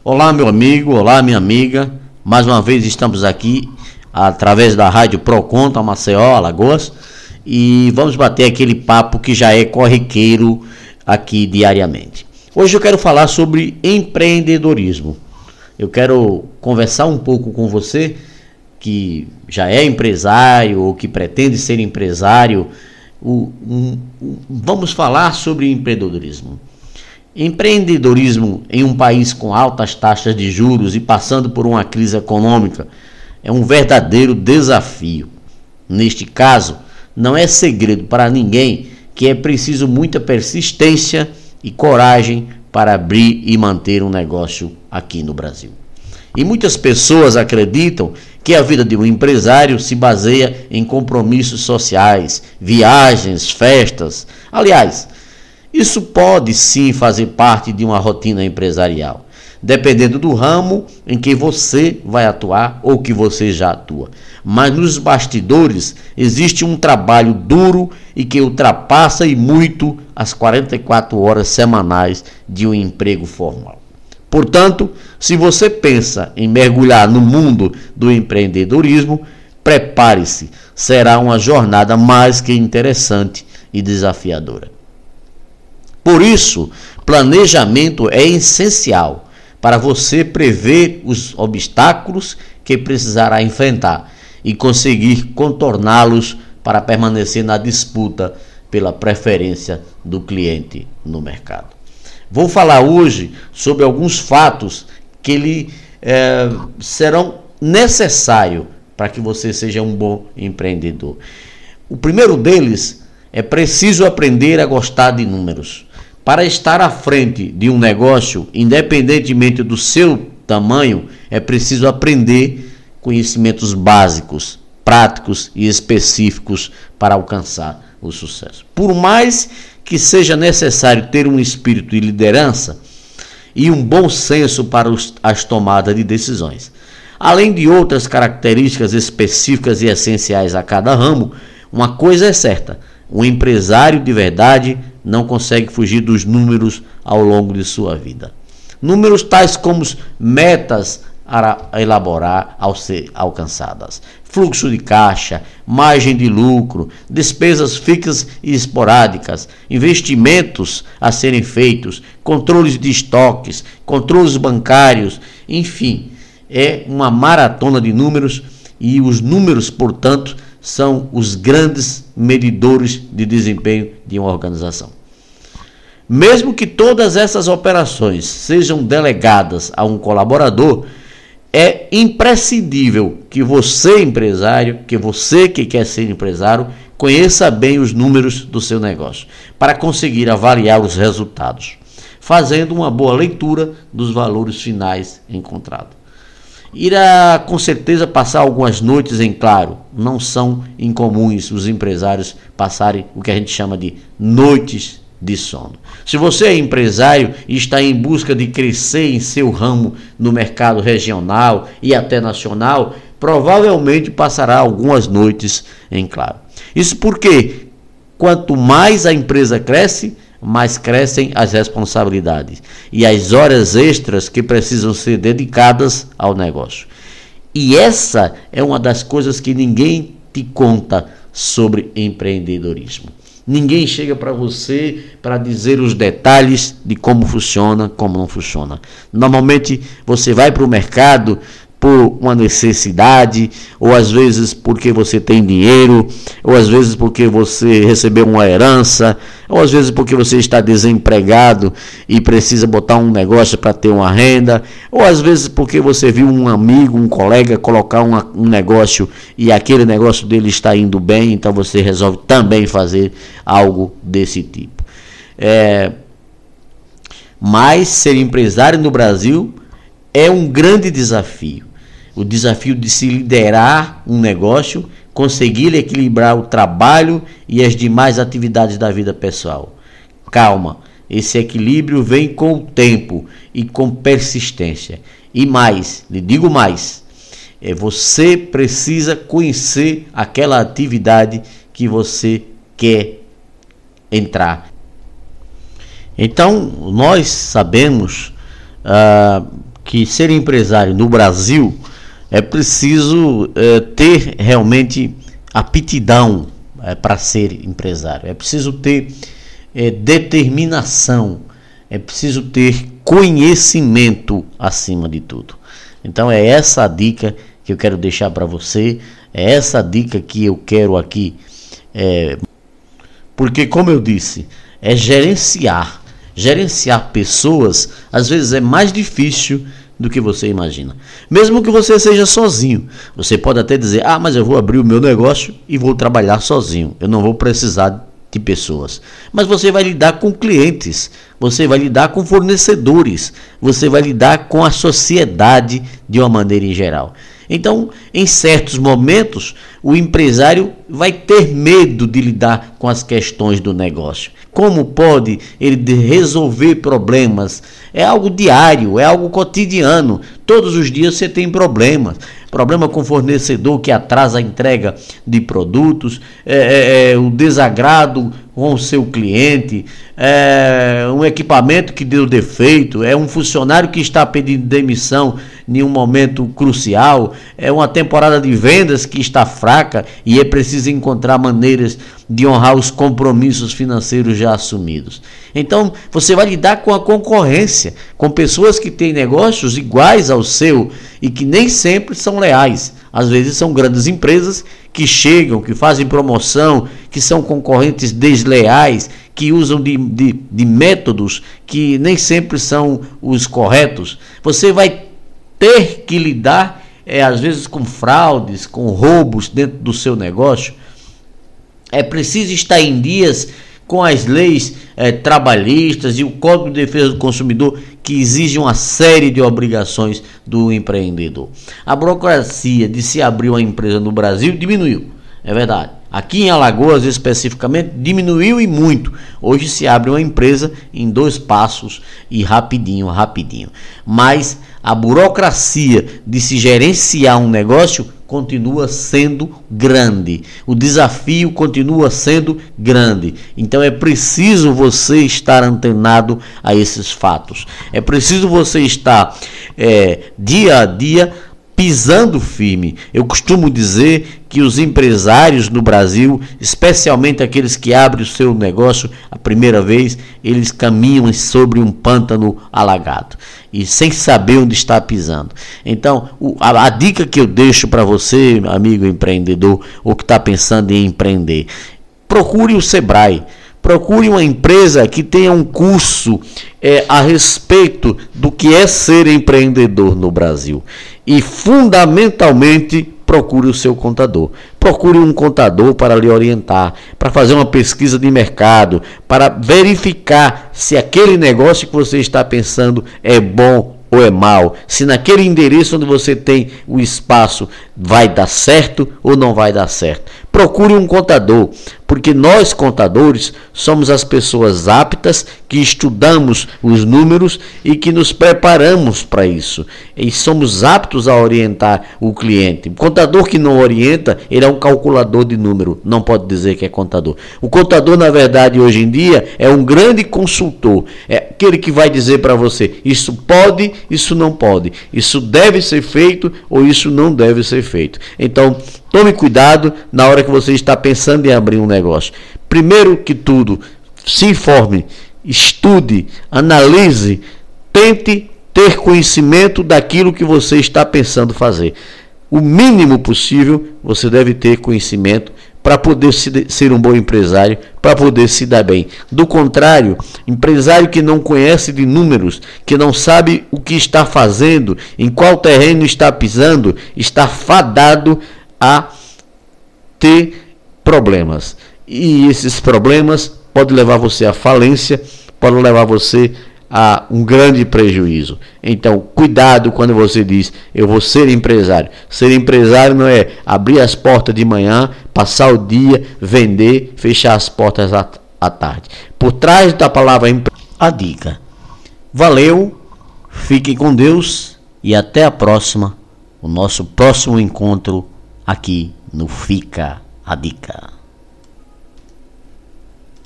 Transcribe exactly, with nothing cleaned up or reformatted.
Olá, meu amigo, olá, minha amiga. Mais uma vez estamos aqui através da Rádio Proconta, Maceió, Alagoas, e vamos bater aquele papo que já é corriqueiro aqui diariamente. Hoje eu quero falar sobre empreendedorismo. Eu quero conversar um pouco com você que já é empresário ou que pretende ser empresário. O, um, um, vamos falar sobre empreendedorismo. Empreendedorismo em um país com altas taxas de juros e passando por uma crise econômica é um verdadeiro desafio. Neste caso, não é segredo para ninguém que é preciso muita persistência e coragem para abrir e manter um negócio aqui no Brasil. E muitas pessoas acreditam que a vida de um empresário se baseia em compromissos sociais, viagens, festas. Aliás, isso pode sim fazer parte de uma rotina empresarial, dependendo do ramo em que você vai atuar ou que você já atua. Mas nos bastidores existe um trabalho duro e que ultrapassa e muito as quarenta e quatro horas semanais de um emprego formal. Portanto, se você pensa em mergulhar no mundo do empreendedorismo, prepare-se, será uma jornada mais que interessante e desafiadora. Por isso, planejamento é essencial para você prever os obstáculos que precisará enfrentar e conseguir contorná-los para permanecer na disputa pela preferência do cliente no mercado. Vou falar hoje sobre alguns fatos que lhe é, serão necessários para que você seja um bom empreendedor. O primeiro deles é preciso aprender a gostar de números. Para estar à frente de um negócio, independentemente do seu tamanho, é preciso aprender conhecimentos básicos, práticos e específicos para alcançar o sucesso. Por mais que seja necessário ter um espírito de liderança e um bom senso para os, as tomadas de decisões. Além de outras características específicas e essenciais a cada ramo, uma coisa é certa: um empresário de verdade não consegue fugir dos números ao longo de sua vida. Números tais como metas a elaborar ao ser alcançadas, fluxo de caixa, margem de lucro, despesas fixas e esporádicas, investimentos a serem feitos, controles de estoques, controles bancários, enfim, é uma maratona de números e os números, portanto, são os grandes medidores de desempenho de uma organização. Mesmo que todas essas operações sejam delegadas a um colaborador, é imprescindível que você, empresário, que você que quer ser empresário, conheça bem os números do seu negócio, para conseguir avaliar os resultados, fazendo uma boa leitura dos valores finais encontrados. Irá com certeza passar algumas noites em claro. Não são incomuns os empresários passarem o que a gente chama de noites de sono. Se você é empresário e está em busca de crescer em seu ramo no mercado regional e até nacional, provavelmente passará algumas noites em claro. Isso porque quanto mais a empresa cresce, mais crescem as responsabilidades e as horas extras que precisam ser dedicadas ao negócio. E essa é uma das coisas que ninguém te conta sobre empreendedorismo. Ninguém chega para você para dizer os detalhes de como funciona, como não funciona. Normalmente você vai para o mercado por uma necessidade, ou às vezes porque você tem dinheiro, ou às vezes porque você recebeu uma herança, ou às vezes porque você está desempregado e precisa botar um negócio para ter uma renda, ou às vezes porque você viu um amigo, um colega colocar uma, um negócio e aquele negócio dele está indo bem, então você resolve também fazer algo desse tipo. É, mas ser empresário no Brasil é um grande desafio. O desafio de se liderar um negócio, conseguir equilibrar o trabalho e as demais atividades da vida pessoal. Calma, esse equilíbrio vem com o tempo e com persistência. E mais, lhe digo mais, é você precisa conhecer aquela atividade que você quer entrar. Então, nós sabemos uh, que ser empresário no Brasil é preciso é, ter realmente aptidão é, para ser empresário. É preciso ter é, determinação, é preciso ter conhecimento acima de tudo. Então é essa a dica que eu quero deixar para você, é essa a dica que eu quero aqui, é, porque como eu disse, é gerenciar. Gerenciar pessoas, às vezes, é mais difícil do que você imagina. Mesmo que você seja sozinho. Você pode até dizer, ah, mas eu vou abrir o meu negócio e vou trabalhar sozinho. Eu não vou precisar de pessoas. Mas você vai lidar com clientes, você vai lidar com fornecedores, você vai lidar com a sociedade de uma maneira em geral. Então, em certos momentos, o empresário vai ter medo de lidar com as questões do negócio. Como pode ele resolver problemas? É algo diário, é algo cotidiano. Todos os dias você tem problemas. Problema com fornecedor que atrasa a entrega de produtos, é, é, é, o desagrado com o seu cliente, é, um equipamento que deu defeito, é um funcionário que está pedindo demissão em um momento crucial, é uma temporada de vendas que está fraca e é preciso encontrar maneiras de honrar os compromissos financeiros já assumidos. Então, você vai lidar com a concorrência, com pessoas que têm negócios iguais ao seu e que nem sempre são leais. Às vezes são grandes empresas que chegam, que fazem promoção, que são concorrentes desleais, que usam de, de, de métodos que nem sempre são os corretos. Você vai ter que lidar, é, às vezes, com fraudes, com roubos dentro do seu negócio. É preciso estar em dias com as leis é, trabalhistas e o Código de Defesa do Consumidor, que exige uma série de obrigações do empreendedor. A burocracia de se abrir uma empresa no Brasil diminuiu, é verdade. Aqui em Alagoas, especificamente, diminuiu e muito. Hoje se abre uma empresa em dois passos e rapidinho, rapidinho. Mas a burocracia de se gerenciar um negócio continua sendo grande. O desafio continua sendo grande. Então é preciso você estar antenado a esses fatos. É preciso você estar é, dia a dia pisando firme. Eu costumo dizer que os empresários no Brasil, especialmente aqueles que abrem o seu negócio a primeira vez, eles caminham sobre um pântano alagado e sem saber onde está pisando. Então, a, a dica que eu deixo para você, amigo empreendedor, ou que está pensando em empreender, procure o Sebrae. Procure uma empresa que tenha um curso é, a respeito do que é ser empreendedor no Brasil. E, fundamentalmente, procure o seu contador. Procure um contador para lhe orientar, para fazer uma pesquisa de mercado, para verificar se aquele negócio que você está pensando é bom ou é mal, se naquele endereço onde você tem o espaço vai dar certo ou não vai dar certo. Procure um contador, porque nós contadores somos as pessoas aptas que estudamos os números e que nos preparamos para isso. E somos aptos a orientar o cliente. O contador que não orienta, ele é um calculador de número, não pode dizer que é contador. O contador, na verdade, hoje em dia, é um grande consultor. É aquele que vai dizer para você, isso pode, isso não pode, isso deve ser feito ou isso não deve ser feito. Então, tome cuidado na hora que você está pensando em abrir um negócio. Primeiro que tudo, se informe, estude, analise, tente ter conhecimento daquilo que você está pensando fazer. O mínimo possível você deve ter conhecimento para poder ser um bom empresário, para poder se dar bem. Do contrário, empresário que não conhece de números, que não sabe o que está fazendo, em qual terreno está pisando, está fadado a ter problemas. E esses problemas podem levar você à falência, podem levar você a um grande prejuízo. Então, cuidado quando você diz, eu vou ser empresário. Ser empresário não é abrir as portas de manhã, passar o dia, vender, fechar as portas à, à tarde. Por trás da palavra empresa, a dica. Valeu, fiquem com Deus e até a próxima, o nosso próximo encontro aqui no Fica a Dica.